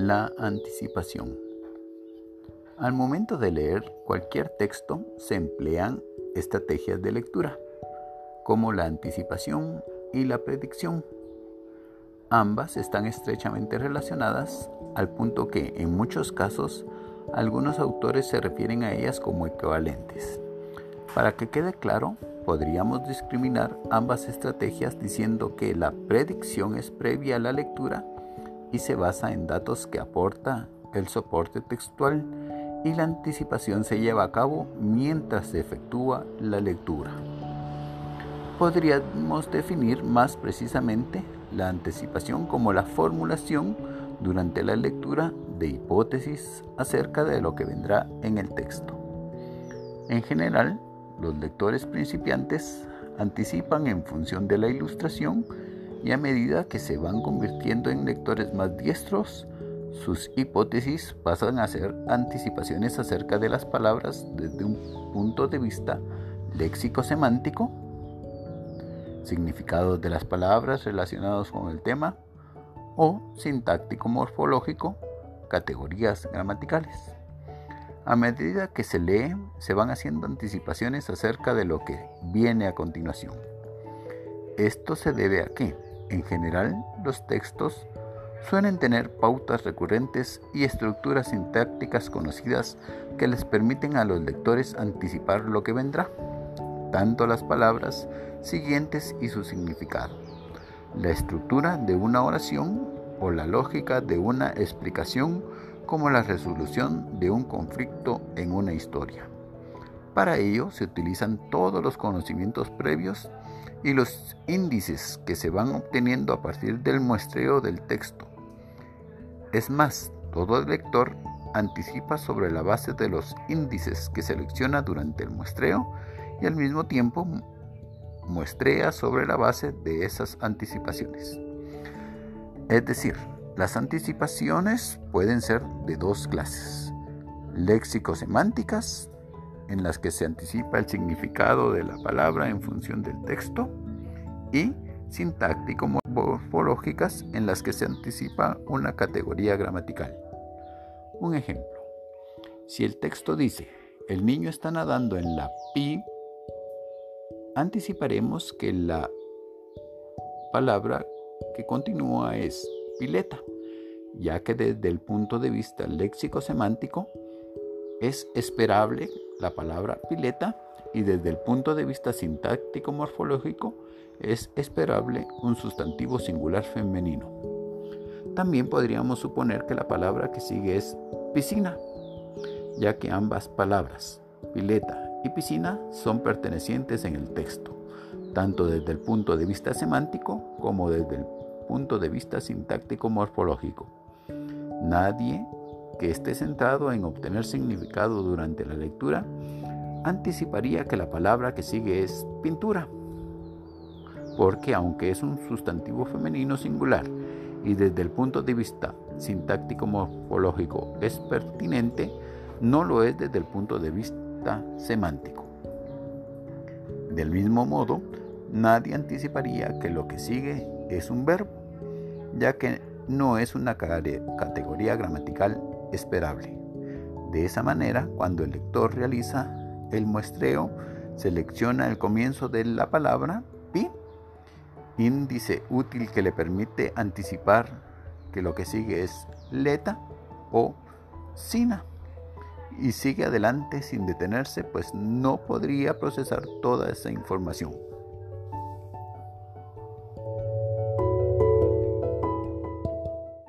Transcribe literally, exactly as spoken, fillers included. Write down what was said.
La anticipación. Al momento de leer cualquier texto se emplean estrategias de lectura, como la anticipación y la predicción. Ambas están estrechamente relacionadas al punto que, en muchos casos, algunos autores se refieren a ellas como equivalentes. Para que quede claro, podríamos discriminar ambas estrategias diciendo que la predicción es previa a la lectura y se basa en datos que aporta el soporte textual, y la anticipación se lleva a cabo mientras se efectúa la lectura. Podríamos definir más precisamente la anticipación como la formulación durante la lectura de hipótesis acerca de lo que vendrá en el texto. En general, los lectores principiantes anticipan en función de la ilustración, y a medida que se van convirtiendo en lectores más diestros, sus hipótesis pasan a ser anticipaciones acerca de las palabras desde un punto de vista léxico-semántico, significados de las palabras relacionados con el tema, o sintáctico-morfológico, categorías gramaticales. A medida que se lee, se van haciendo anticipaciones acerca de lo que viene a continuación. Esto se debe a que, en general, los textos suelen tener pautas recurrentes y estructuras sintácticas conocidas que les permiten a los lectores anticipar lo que vendrá, tanto las palabras siguientes y su significado, la estructura de una oración o la lógica de una explicación, como la resolución de un conflicto en una historia. Para ello se utilizan todos los conocimientos previos y los índices que se van obteniendo a partir del muestreo del texto. Es más, todo lector anticipa sobre la base de los índices que selecciona durante el muestreo y al mismo tiempo muestrea sobre la base de esas anticipaciones. Es decir, las anticipaciones pueden ser de dos clases: léxico-semánticas, en las que se anticipa el significado de la palabra en función del texto, y sintáctico-morfológicas, en las que se anticipa una categoría gramatical. Un ejemplo: si el texto dice "el niño está nadando en la pi", anticiparemos que la palabra que continúa es pileta, ya que desde el punto de vista léxico-semántico es esperable la palabra pileta, y desde el punto de vista sintáctico-morfológico es esperable un sustantivo singular femenino. También podríamos suponer que la palabra que sigue es piscina, ya que ambas palabras, pileta y piscina, son pertenecientes en el texto, tanto desde el punto de vista semántico como desde el punto de vista sintáctico-morfológico. Nadie que esté centrado en obtener significado durante la lectura anticiparía que la palabra que sigue es pintura, porque aunque es un sustantivo femenino singular y desde el punto de vista sintáctico-morfológico es pertinente, no lo es desde el punto de vista semántico. Del mismo modo, nadie anticiparía que lo que sigue es un verbo, ya que no es una categoría gramatical esperable. De esa manera, cuando el lector realiza el muestreo, selecciona el comienzo de la palabra pi, índice útil que le permite anticipar que lo que sigue es leta o sina, y sigue adelante sin detenerse, pues no podría procesar toda esa información.